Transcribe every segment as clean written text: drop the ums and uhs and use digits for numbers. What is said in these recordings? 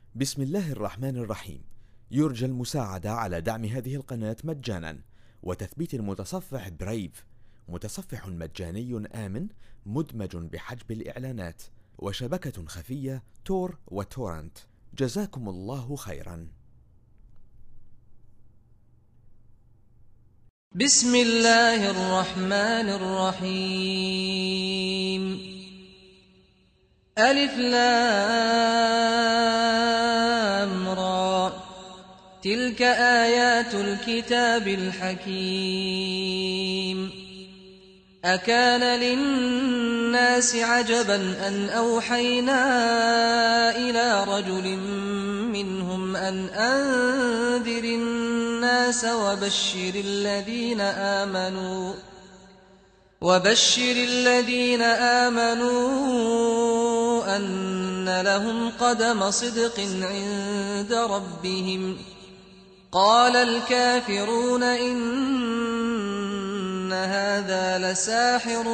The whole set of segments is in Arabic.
بسم الله الرحمن الرحيم. يرجى المساعدة على دعم هذه القناة مجانا وتثبيت المتصفح برايف، متصفح مجاني آمن مدمج بحجب الإعلانات وشبكة خفية تور وتورنت. جزاكم الله خيرا. بسم الله الرحمن الرحيم. ألف لام را، تلك آيات الكتاب الحكيم. أكان للناس عجبا أن أوحينا إلى رجل منهم أن أنذر الناس وبشر الذين آمنوا أن لهم قدم صدق عند ربهم. قال الكافرون إن هذا لساحر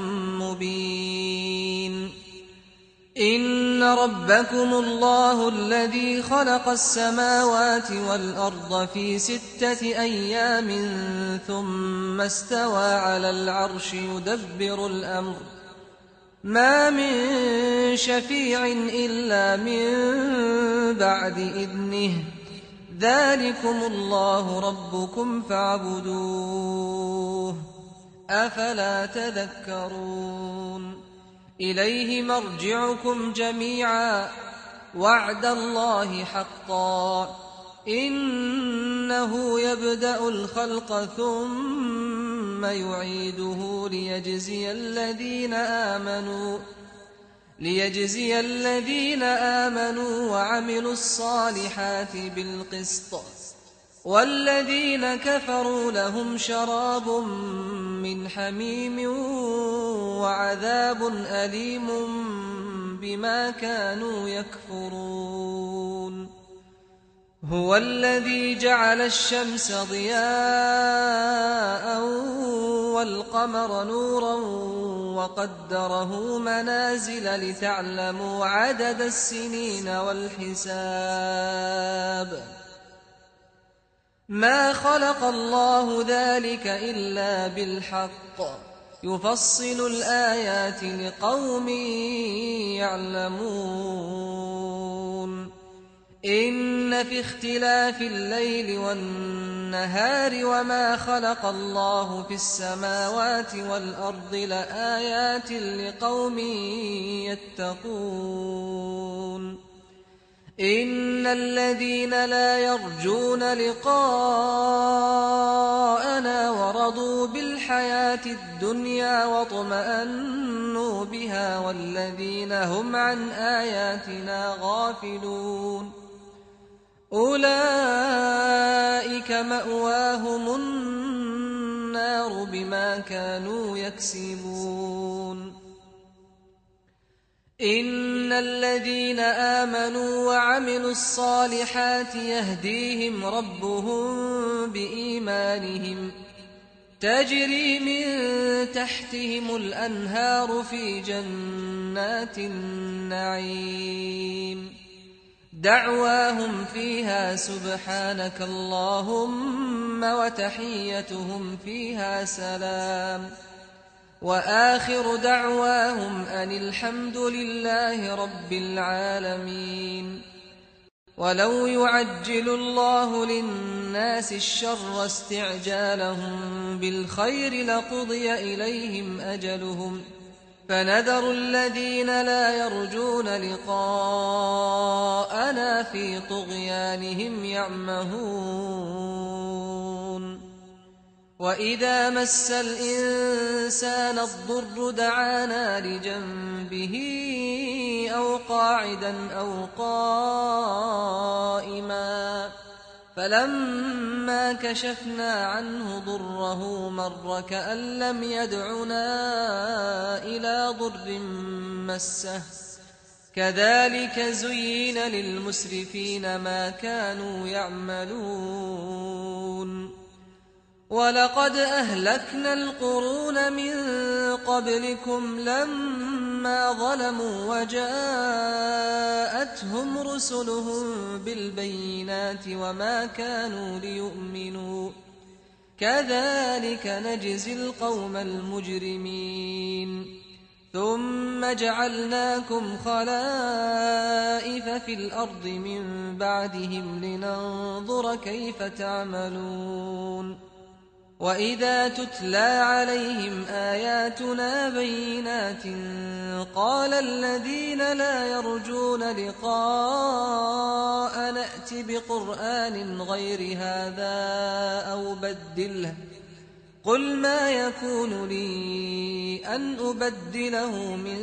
مبين. إن ربكم الله الذي خلق السماوات والأرض في 6 أيام ثم استوى على العرش يدبر الأمر، ما من شفيع إلا من بعد إذنه، ذلكم الله ربكم فاعبدوه، أفلا تذكرون. إليه مرجعكم جميعا، وعد الله حقا، إنه يبدأ الخلق ثم يعيده ليجزي الذين آمنوا وعملوا الصالحات بالقسط، والذين كفروا لهم شراب من حميم وعذاب أليم بما كانوا يكفرون. هو الذي جعل الشمس ضياء والقمر نورا وقدره منازل لتعلموا عدد السنين والحساب. ما خلق الله ذلك إلا بالحق، يفصل الآيات لقوم يعلمون. إن في اختلاف الليل والنهار وما خلق الله في السماوات والأرض لآيات لقوم يتقون. إن الذين لا يرجون لقاءنا ورضوا بالحياة الدنيا واطمأنوا بها والذين هم عن آياتنا غافلون، أولئك مأواهم النار بما كانوا يكسبون. إن الذين آمنوا وعملوا الصالحات يهديهم ربهم بإيمانهم، تجري من تحتهم الأنهار في جنات النعيم، دعواهم فيها سبحانك اللهم وتحيتهم فيها سلام، وآخر دعواهم أن الحمد لله رب العالمين. ولو يعجل الله للناس الشر استعجالهم بالخير لقضي إليهم أجلهم، فنذر الذين لا يرجون لقاءنا في طغيانهم يعمهون. وإذا مس الإنسان الضر دعانا لجنبه أو قاعدا أو قائما، فلما كشفنا عنه ضره مر كأن لم يدعنا إلى ضر مسه، كذلك زين للمسرفين ما كانوا يعملون. ولقد أهلكنا القرون من قبلكم لما لما ظلموا وجاءتهم رسلهم بالبينات وما كانوا ليؤمنوا كذلك نجزي القوم المجرمين ثم جعلناكم خلائف في الأرض من بعدهم لننظر كيف تعملون وإذا تتلى عليهم آياتنا بينات قال الذين لا يرجون لقاء نأت بقرآن غير هذا أو بدله قل ما يكون لي أن أبدله من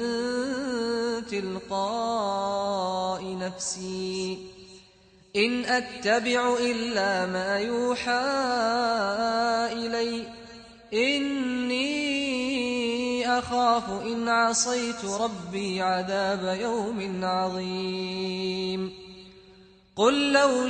تلقاء نفسي إن أتبع إلا ما يوحى إلي إني أخاف إن عصيت ربي عذاب يوم عظيم قل لو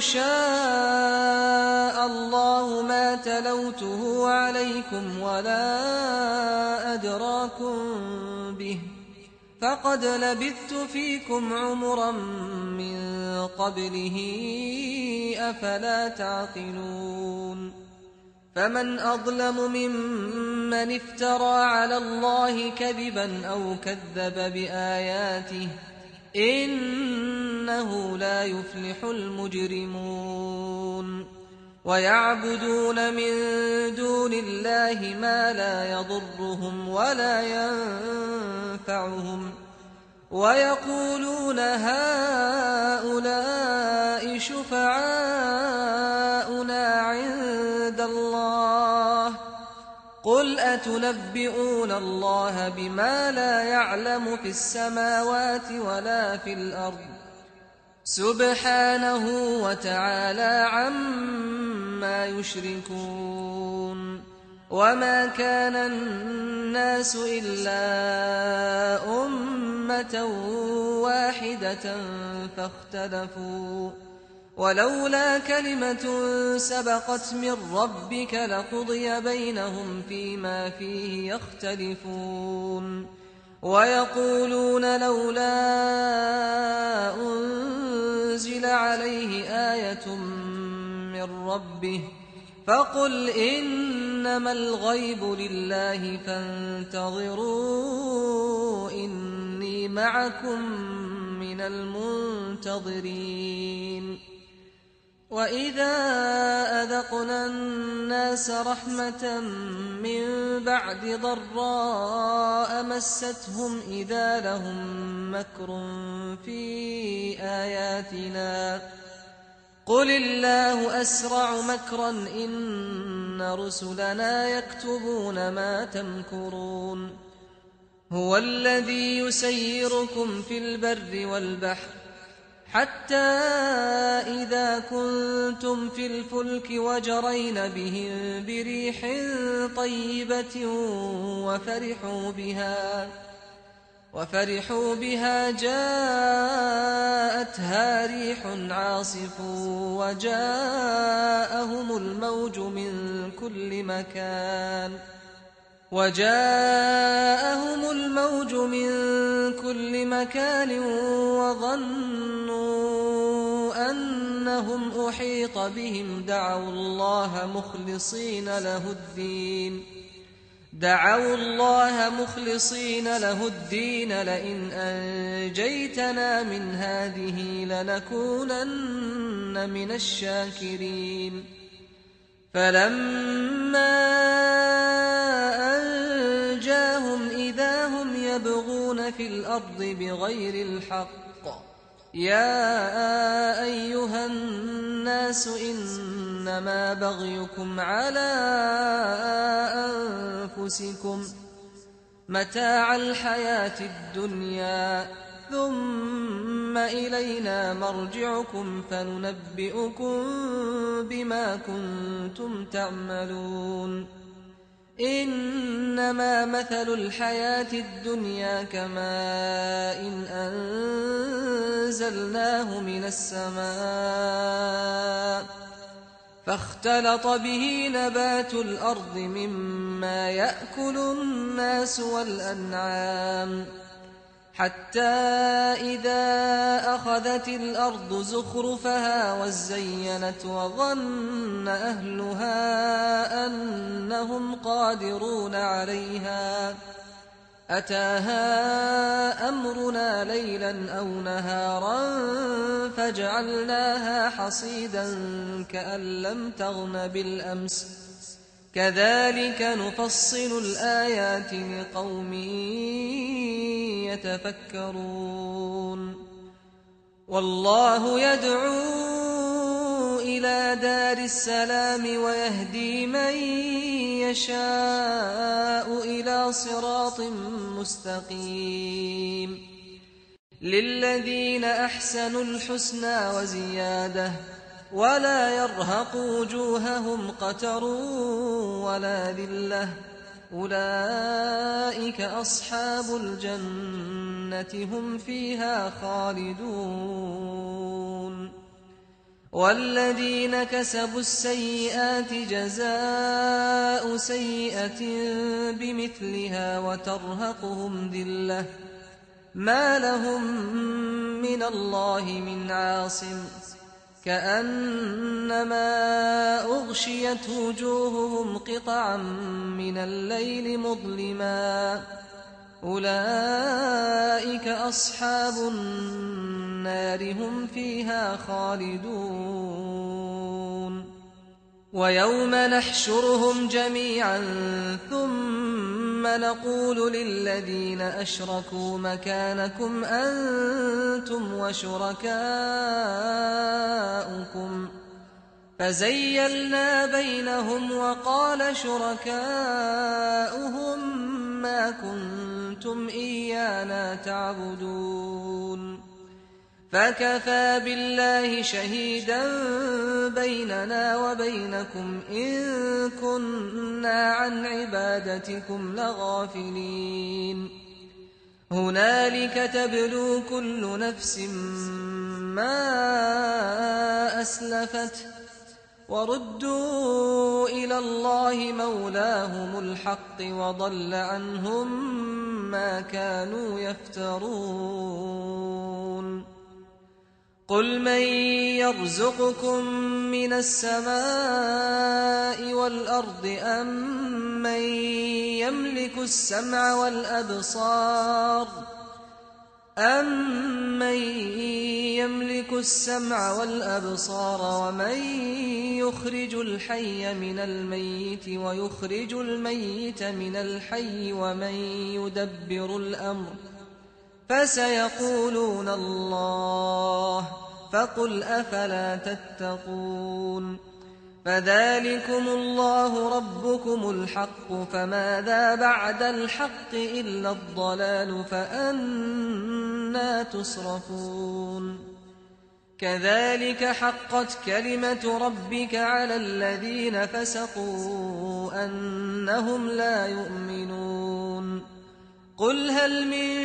شاء الله ما تلوته عليكم ولا أدراكم به فقد لبثت فيكم عمرا من قبله أفلا تعقلون فمن أظلم ممن افترى على الله كذبا أو كذب بآياته إنه لا يفلح المجرمون ويعبدون من دون الله ما لا يضرهم ولا ينفعهم ويقولون هؤلاء شفعاؤنا عند الله قل أتنبئون الله بما لا يعلم في السماوات ولا في الأرض سبحانه وتعالى عما يشركون وما كان الناس إلا أمة واحدة فاختلفوا ولولا كلمة سبقت من ربك لقضي بينهم فيما فيه يختلفون ويقولون لولا أنزل عليه آية من ربه فقل إنما الغيب لله فانتظروا إني معكم من المنتظرين وإذا أذقنا الناس رحمة من بعد ضراء مستهم إذا لهم مكر في آياتنا قل الله أسرع مكرا إن رسلنا يكتبون ما تمكرون هو الذي يسيركم في البر والبحر حتى إذا كنتم في الفلك وجرين بهم بريح طيبة وفرحوا بها جاءتها ريح عاصف وجاءهم الموج من كل مكان وظنوا أنهم أحيط بهم دعوا الله مخلصين له الدين لئن أنجيتنا من هذه لنكونن من الشاكرين فلما أنجاهم إذا هم يبغون في الأرض بغير الحق يا أيها الناس إنما بغيكم على أنفسكم متاع الحياة الدنيا ثم إلينا مرجعكم فننبئكم بما كنتم تعملون إنما مثل الحياة الدنيا كماء أنزلناه من السماء فاختلط به نبات الأرض مما يأكل الناس والأنعام حتى إذا أخذت الأرض زخرفها وزينت وظن أهلها أنهم قادرون عليها أتاها أمرنا ليلا أو نهارا فجعلناها حصيدا كأن لم تغن بالأمس كذلك نفصل الآيات لقوم يتفكرون والله يدعو إلى دار السلام ويهدي من يشاء إلى صراط مستقيم للذين أحسنوا الحسنى وزيادة ولا يرهق وجوههم قتر ولا ذلة أولئك أصحاب الجنة هم فيها خالدون والذين كسبوا السيئات جزاء سيئة بمثلها وترهقهم ذلة ما لهم من الله من عاصم كأنما أغشيت وجوههم قطعا من الليل مظلما أولئك أصحاب النار هم فيها خالدون ويوم نحشرهم جميعا ثم نقول للذين أشركوا مكانكم أنتم وشركاؤكم فزيلنا بينهم وقال شركاؤهم ما كنتم إيانا تعبدون فكفى بالله شهيدا بيننا وبينكم إن كنا عن عبادتكم لغافلين هنالك تبلو كل نفس ما أسلفت وردوا إلى الله مولاهم الحق وضل عنهم ما كانوا يفترون قل من يرزقكم من السماء والأرض أمن يملك السمع والأبصار ومن يخرج الحي من الميت ويخرج الميت من الحي ومن يدبر الأمر فسيقولون الله فقل أفلا تتقون فذلكم الله ربكم الحق فماذا بعد الحق إلا الضلال فأنى تصرفون كذلك حقت كلمة ربك على الذين فسقوا أنهم لا يؤمنون قل هل من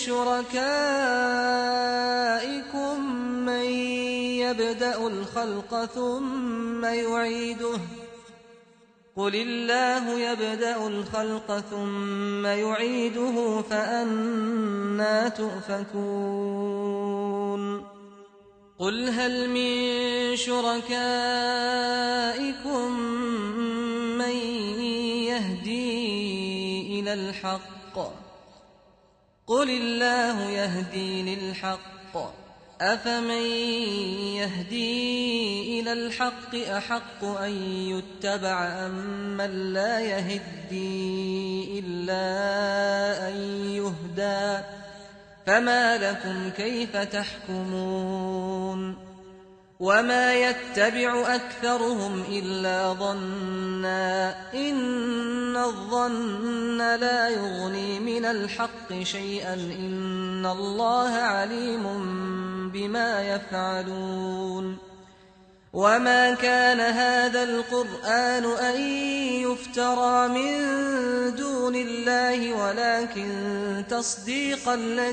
شركائكم من يبدأ الخلق ثم يعيده قل الله يبدأ الخلق ثم يعيده فأنى تؤفكون قل هل من شركائكم من يهدي إلى الحق قل الله يهدي للحق أفمن يهدي إلى الحق أحق أن يتبع أمن لا يهدي إلا أن يهدى فما لكم كيف تحكمون وما يتبع أكثرهم إلا ظنا إن الظن لا يغني من الحق شيئا إن الله عليم بما يفعلون وما كان هذا القرآن أن يفترى من دون الله ولكن تصديق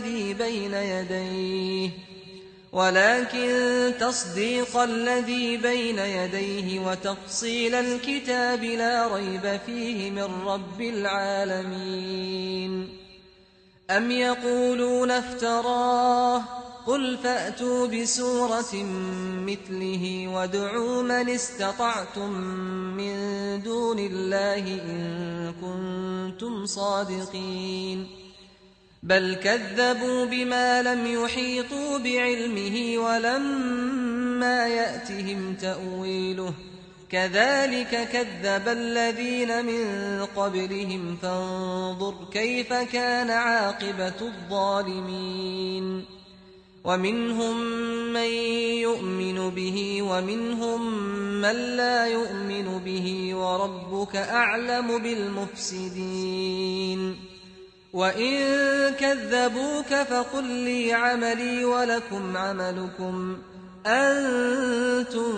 الذي بين يديه وتفصيل الكتاب لا ريب فيه من رب العالمين أم يقولون افتراه قل فأتوا بسورة مثله وادعوا من استطعتم من دون الله إن كنتم صادقين بل كذبوا بما لم يحيطوا بعلمه ولما يأتهم تأويله كذلك كذب الذين من قبلهم فانظر كيف كان عاقبة الظالمين ومنهم من يؤمن به ومنهم من لا يؤمن به وربك أعلم بالمفسدين وإن كذبوك فقل لي عملي ولكم عملكم أنتم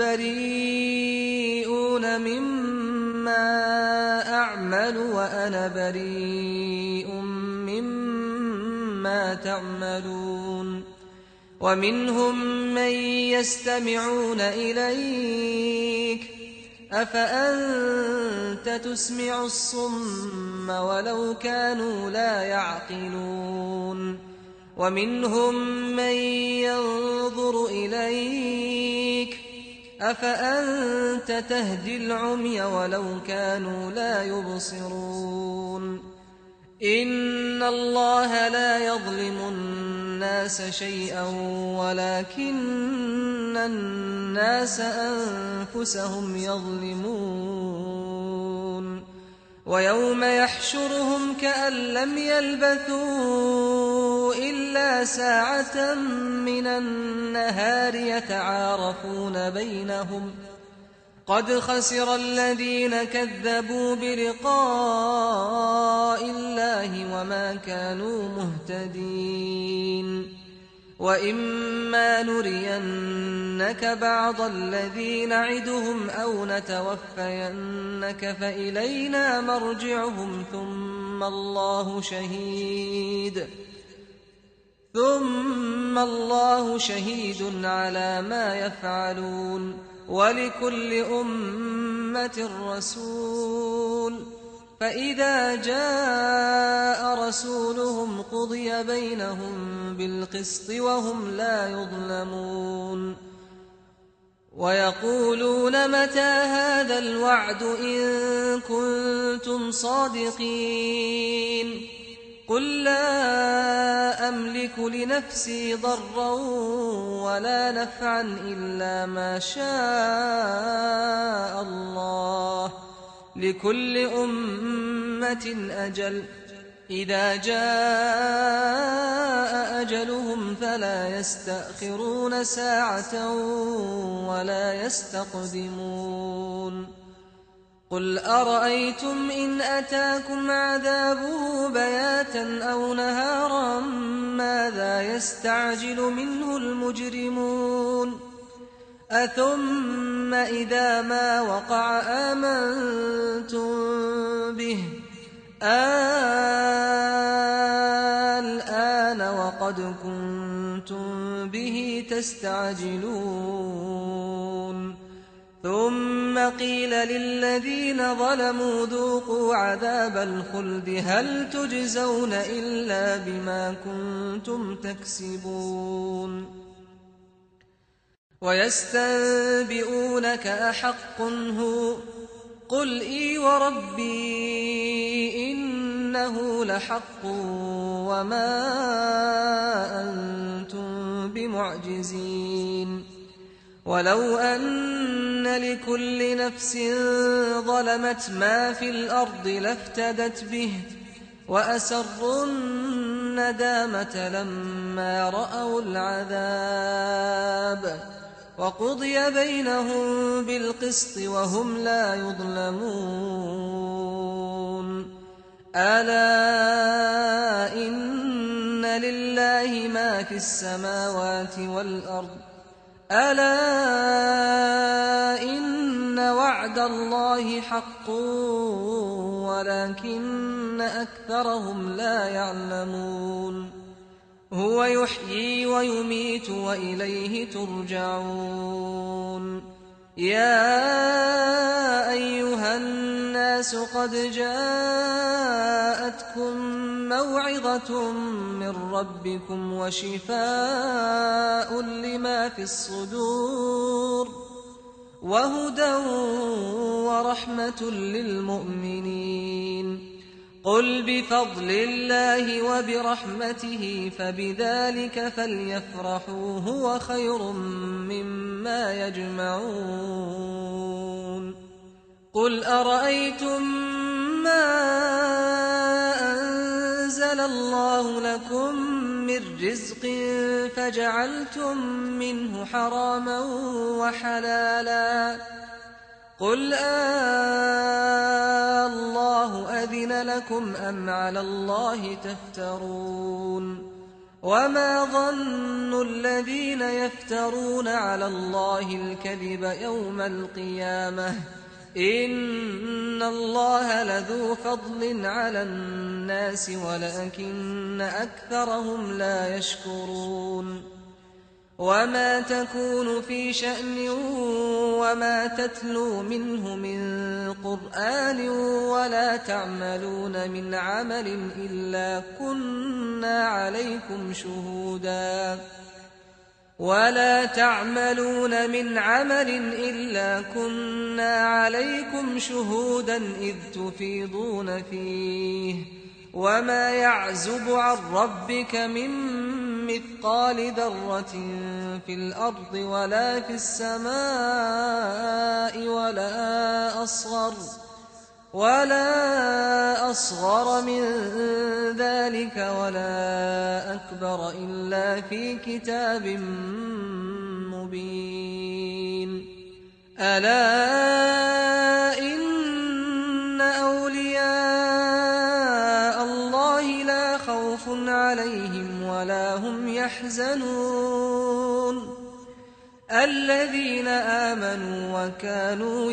بريئون مما أعمل وأنا بريء مما تعملون ومنهم من يستمعون إليك أفأنت تسمع الصم ولو كانوا لا يعقلون ومنهم من ينظر إليك أفأنت تهدي العمي ولو كانوا لا يبصرون إن الله لا يظلم الناس شيئا ولكن الناس أنفسهم يظلمون ويوم يحشرهم كأن لم يلبثوا إلا ساعة من النهار يتعارفون بينهم قد خسر الذين كذبوا بلقاء الله وما كانوا مهتدين وإما نرينك بعض الذي نعدهم أو نتوفينك فإلينا مرجعهم ثم الله شهيد على ما يفعلون ولكل أمة رسول فإذا جاء رسولهم قضي بينهم بالقسط وهم لا يظلمون ويقولون متى هذا الوعد إن كنتم صادقين قل لا أملك لنفسي ضرا ولا نفعا إلا ما شاء الله لكل أمة أجل إذا جاء أجلهم فلا يستأخرون ساعة ولا يستقدمون قل أرأيتم إن أتاكم عذابه بياتا أو نهارا ماذا يستعجل منه المجرمون أثم إذا ما وقع آمنتم به الآن وقد كنتم به تستعجلون ثم قيل للذين ظلموا ذوقوا عذاب الخلد هل تجزون إلا بما كنتم تكسبون ويستنبئونك أحق هو قل إي وربي إنه لحق وما أنتم بمعجزين ولو أن لكل نفس ظلمت ما في الأرض لافتدت به وأسروا الندامة لما رأوا العذاب وقضي بينهم بالقسط وهم لا يظلمون ألا إن لله ما في السماوات والأرض ألا إن وعد الله حق ولكن أكثرهم لا يعلمون هو يحيي ويميت وإليه ترجعون يا أيها الناس قد جاءتكم موعظة من ربكم وشفاء لما في الصدور وهدى ورحمة للمؤمنين. قل بفضل الله وبرحمته فبذلك فليفرحوا هو خير مما يجمعون. قل أرأيتم ما أنزل الله لكم من رزق فجعلتم منه حراما وحلالا قل الله أذن لكم أم على الله تفترون. وما ظن الذين يفترون على الله الكذب يوم القيامة إن الله لذو فضل على الناس ولكن أكثرهم لا يشكرون. وما تكون في شأن وما تتلو منه من قرآن ولا تعملون من عمل إلا كنا عليكم شهودا إذ تفيضون فيه وما يعزب عن ربك من مثقال ذرة في الأرض ولا في السماء ولا أصغر من ذلك ولا أكبر إلا في كتاب مبين. ألا إن أولياء الله لا خوف عليهم ولا هم يحزنون الذين آمنوا وكانوا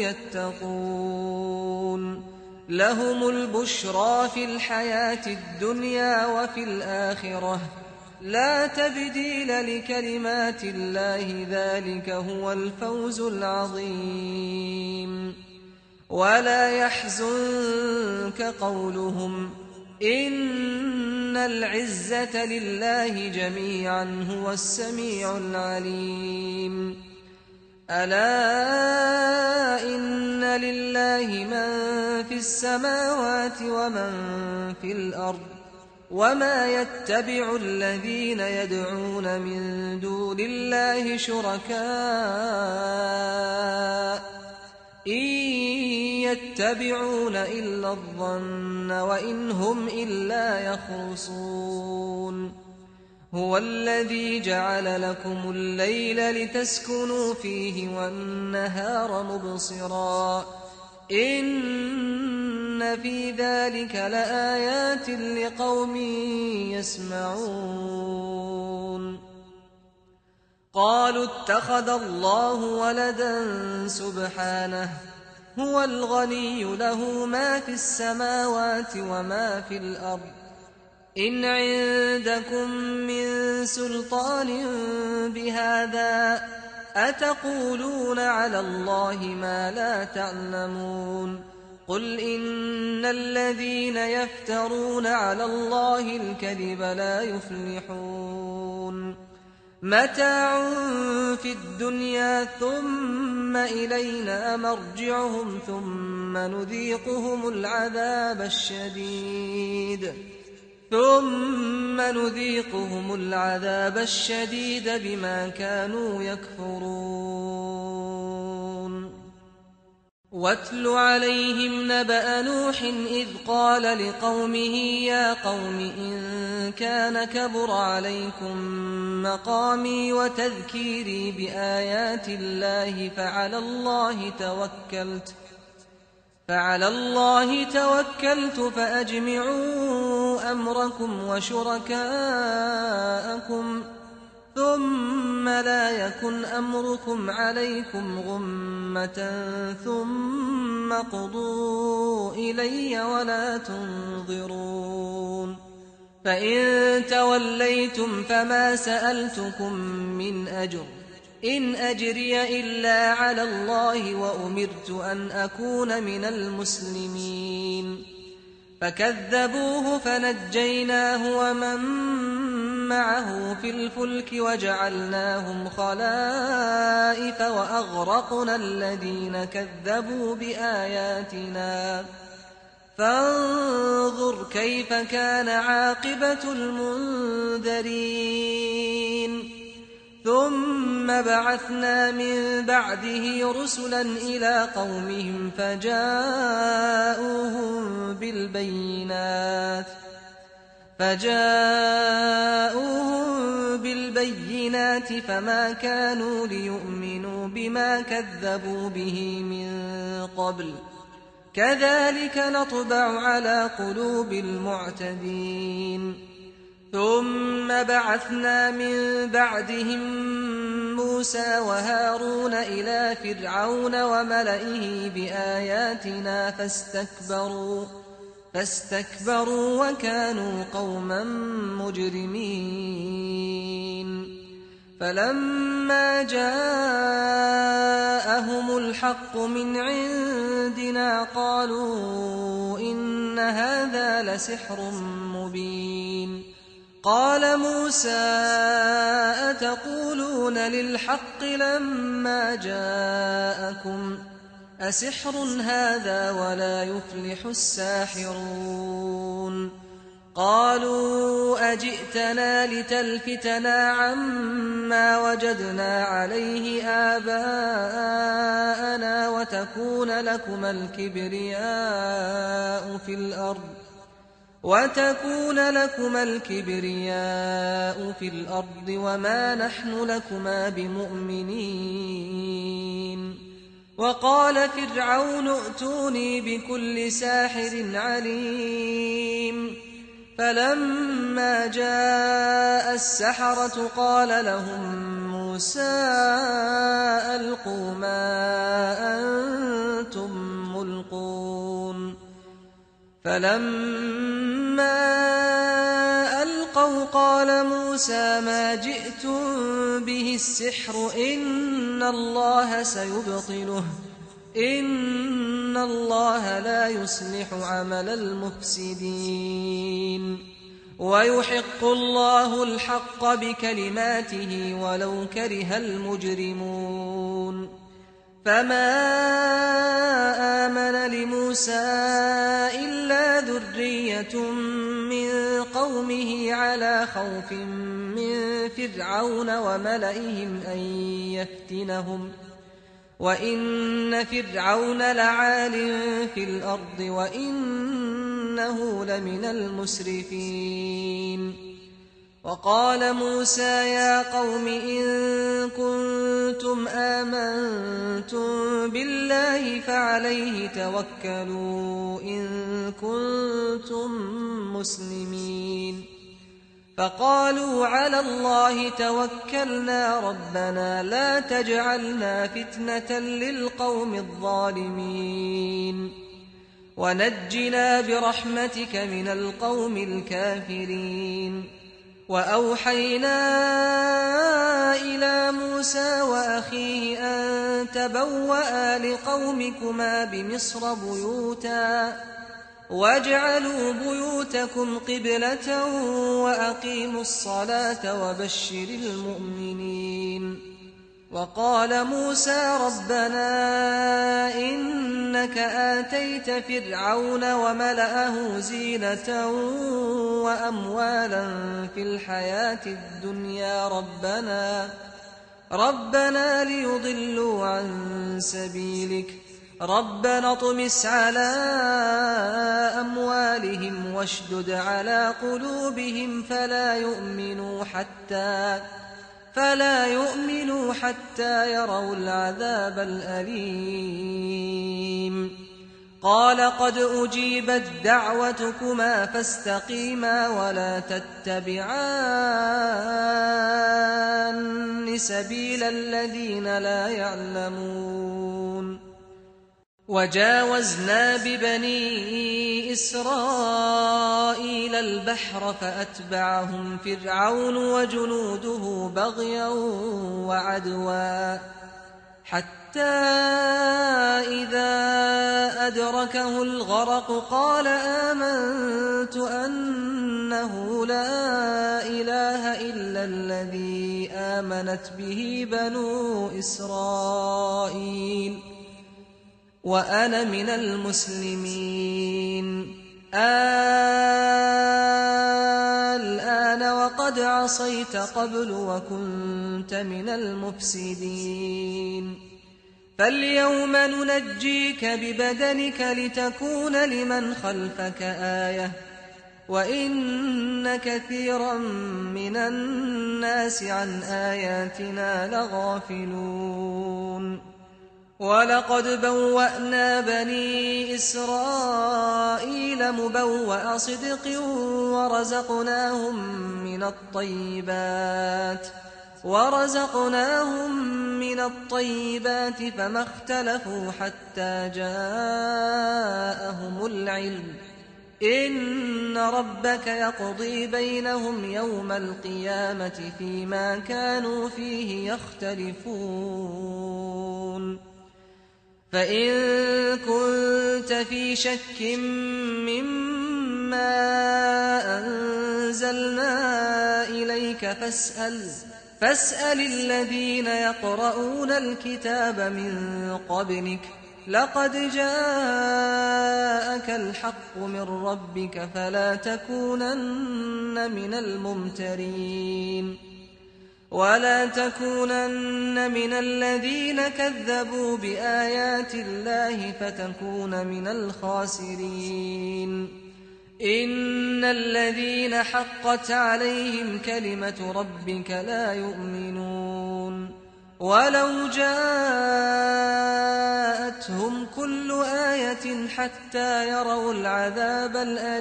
يتقون. لهم البشرى في الحياة الدنيا وفي الآخرة لا تبديل لكلمات الله ذلك هو الفوز العظيم. ولا يحزنك قولهم إن العزة لله جميعا هو السميع العليم. ألا إن لله من في السماوات ومن في الأرض وما يتبع الذين يدعون من دون الله شركاء إن يتبعون إلا الظن وإن هم إلا يخرصون. هو الذي جعل لكم الليل لتسكنوا فيه والنهار مبصرا إن في ذلك لآيات لقوم يسمعون. قالوا اتخذ الله ولدا سبحانه هو الغني له ما في السماوات وما في الأرض إن عندكم من سلطان بهذا أتقولون على الله ما لا تعلمون. قل إن الذين يفترون على الله الكذب لا يفلحون. متاع في الدنيا ثم إلينا مرجعهم ثم نذيقهم العذاب الشديد بما كانوا يكفرون. واتل عليهم نبأ نوح إذ قال لقومه يا قوم إن كان كبر عليكم مقامي وتذكيري بآيات الله فعلى الله توكلت فأجمعوا أمركم وشركاءكم ثم لا يكن أمركم عليكم غمة ثم قضوا إلي ولا تنظرون. فإن توليتم فما سألتكم من أجر إن أجري إلا على الله وأمرت أن أكون من المسلمين. فكذبوه فنجيناه ومن معه في الفلك وجعلناهم خلائف وأغرقنا الذين كذبوا بآياتنا فانظر كيف كان عاقبة المنذرين ثم بعثنا من بعده رسلا إلى قومهم فجاءوهم بالبينات فما كانوا ليؤمنوا بما كذبوا به من قبل كذلك نطبع على قلوب المعتدين ثم بعثنا من بعدهم موسى وهارون إلى فرعون وملئه بآياتنا فاستكبروا وكانوا قوما مجرمين فلما جاءهم الحق من عندنا قالوا إن هذا لسحر مبين قال موسى أتقولون للحق لما جاءكم أسحر هذا ولا يفلح الساحرون قالوا أجئتنا لتلفتنا عما وجدنا عليه آباءنا وتكون لكما الكبرياء في الأرض وما نحن لكما بمؤمنين وقال فرعون ائتوني بكل ساحر عليم فلما جاء السحرة قال لهم موسى ألقوا ما أنتم ملقون فلما ألقوا قال موسى ما جئتم به السحر إن الله سيبطله إن الله لا يصلح عمل المفسدين ويحق الله الحق بكلماته ولو كره المجرمون فما آمن لموسى إلا ذرية من قومه على خوف من فرعون وملئهم أن يفتنهم وإن فرعون لعال في الأرض وإنه لمن المسرفين وقال موسى يا قوم إن كنتم آمنتم بالله فعليه توكلوا إن كنتم مسلمين فقالوا على الله توكلنا ربنا لا تجعلنا فتنة للقوم الظالمين ونجنا برحمتك من القوم الكافرين وأوحينا إلى موسى وأخيه أن تبوأ لقومكما بمصر بيوتا واجعلوا بيوتكم قبلة وأقيموا الصلاة وبشر المؤمنين وقال موسى ربنا إنك آتيت فرعون وملأه زينة وأموالا في الحياة الدنيا ربنا ليضلوا عن سبيلك ربنا اطمس على أموالهم واشدد على قلوبهم فلا يؤمنوا حتى يروا العذاب الأليم قال قد أجيبت دعوتكما فاستقيما ولا تتبعان سبيل الذين لا يعلمون وجاوزنا ببني إسرائيل البحر فأتبعهم فرعون وجنوده بغيا وعدوا حتى إذا أدركه الغرق قال آمنت أنه لا إله إلا الذي آمنت به بنو إسرائيل وأنا من المسلمين. الآن وقد عصيت قبل وكنت من المفسدين. فاليوم ننجيك ببدنك لتكون لمن خلفك آية وإن كثيرا من الناس عن آياتنا لغافلون. ولقد بوأنا بني إسرائيل مبوأ صدق ورزقناهم من الطيبات فما اختلفوا حتى جاءهم العلم. إن ربك يقضي بينهم يوم القيامة فيما كانوا فيه يختلفون. فإن كنت في شك مما أنزلنا إليك فاسأل الذين يقرؤون الكتاب من قبلك لقد جاءك الحق من ربك فلا تكونن من الممترين ولا تكونن من الذين كذبوا بآيات الله فتكون من الخاسرين. إن الذين حقت عليهم كلمة ربك لا يؤمنون ولو جاءتهم كل آية حتى يروا العذاب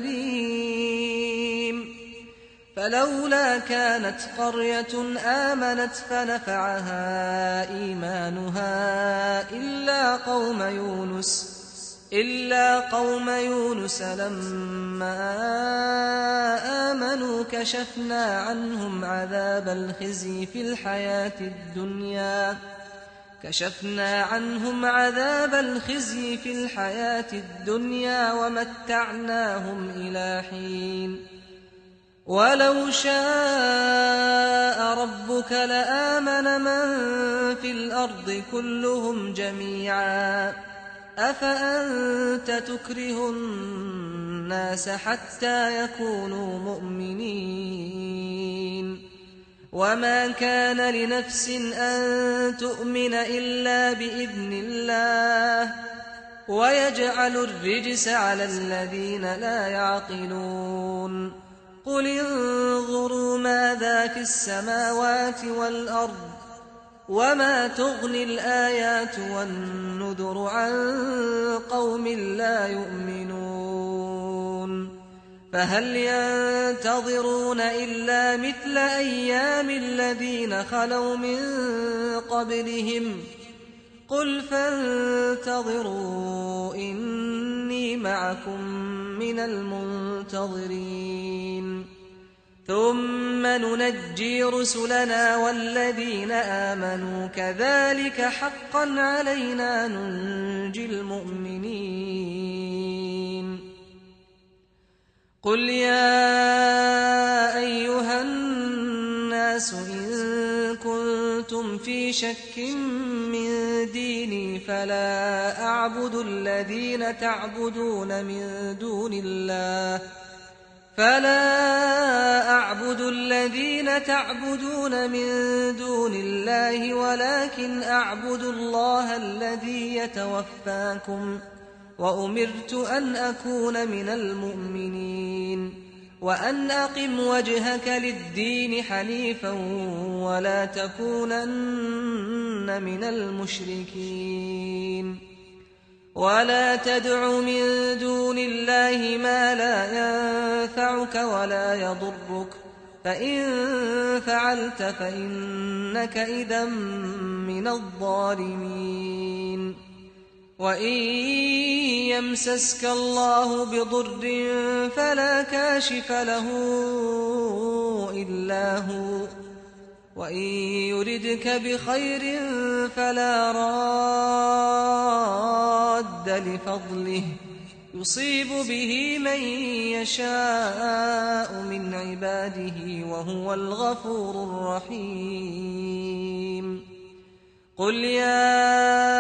الأليم. فلولا كانت قرية آمنت فنفعها إيمانها إلا قوم يونس لما آمنوا كشفنا عنهم عذاب الخزي في الحياة الدنيا ومتعناهم إلى حين. ولو شاء ربك لآمن من في الأرض كلهم جميعا أفأنت تكره الناس حتى يكونوا مؤمنين. وما كان لنفس أن تؤمن إلا بإذن الله ويجعل الرجس على الذين لا يعقلون. قل انظروا ماذا في السماوات والأرض وما تغني الآيات والنذر عن قوم لا يؤمنون. فهل ينتظرون إلا مثل أيام الذين خلوا من قبلهم قل فانتظروا إني معكم من المنتظرين. ثم ننجي رسلنا والذين آمنوا كذلك حقا علينا ننجي المؤمنين. قل يا أيها الناس إن كنتم في شك من ديني فلا أعبد الذين تعبدون من دون الله ولكن أعبد الله الذي يتوفاكم وأمرت أن أكون من المؤمنين وأن أقم وجهك للدين حنيفا ولا تكونن من المشركين. ولا تدع من دون الله ما لا ينفعك ولا يضرك فإن فعلت فإنك إذا من الظالمين. وإن يمسسك الله بضر فلا كاشف له إلا هو وإن يردك بخير فلا راد لفضله يصيب به من يشاء من عباده وهو الغفور الرحيم. قل يا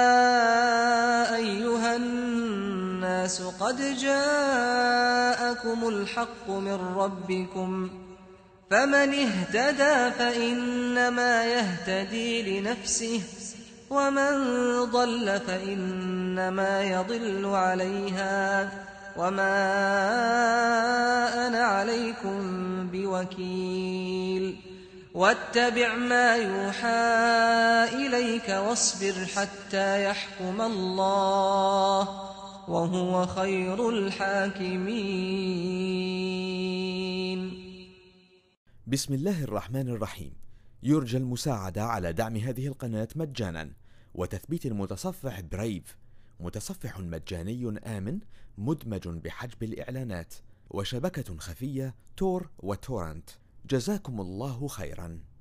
أيها الناس قد جاءكم الحق من ربكم فمن اهتدى فإنما يهتدي لنفسه ومن ضل فإنما يضل عليها وما أنا عليكم بوكيل. واتبع ما يوحى إليك واصبر حتى يحكم الله وهو خير الحاكمين. بسم الله الرحمن الرحيم. يرجى المساعدة على دعم هذه القناة مجانا وتثبيت المتصفح برايف، متصفح مجاني آمن مدمج بحجب الإعلانات، وشبكة خفية تور وتورنت. جزاكم الله خيرا.